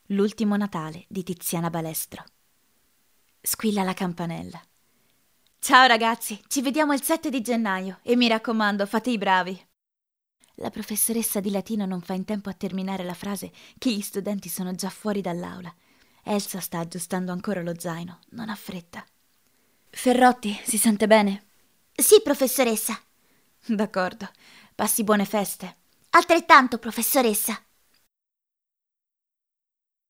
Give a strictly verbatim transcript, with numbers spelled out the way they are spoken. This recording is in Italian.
L'ultimo Natale di Tiziana Balestro. Squilla la campanella. Ciao ragazzi, ci vediamo il sette di gennaio e mi raccomando, fate i bravi. La professoressa di latino non fa in tempo a terminare la frase che gli studenti sono già fuori dall'aula. Elsa sta aggiustando ancora lo zaino, non ha fretta. Ferrotti, si sente bene? Sì, professoressa. D'accordo, passi buone feste. Altrettanto, professoressa.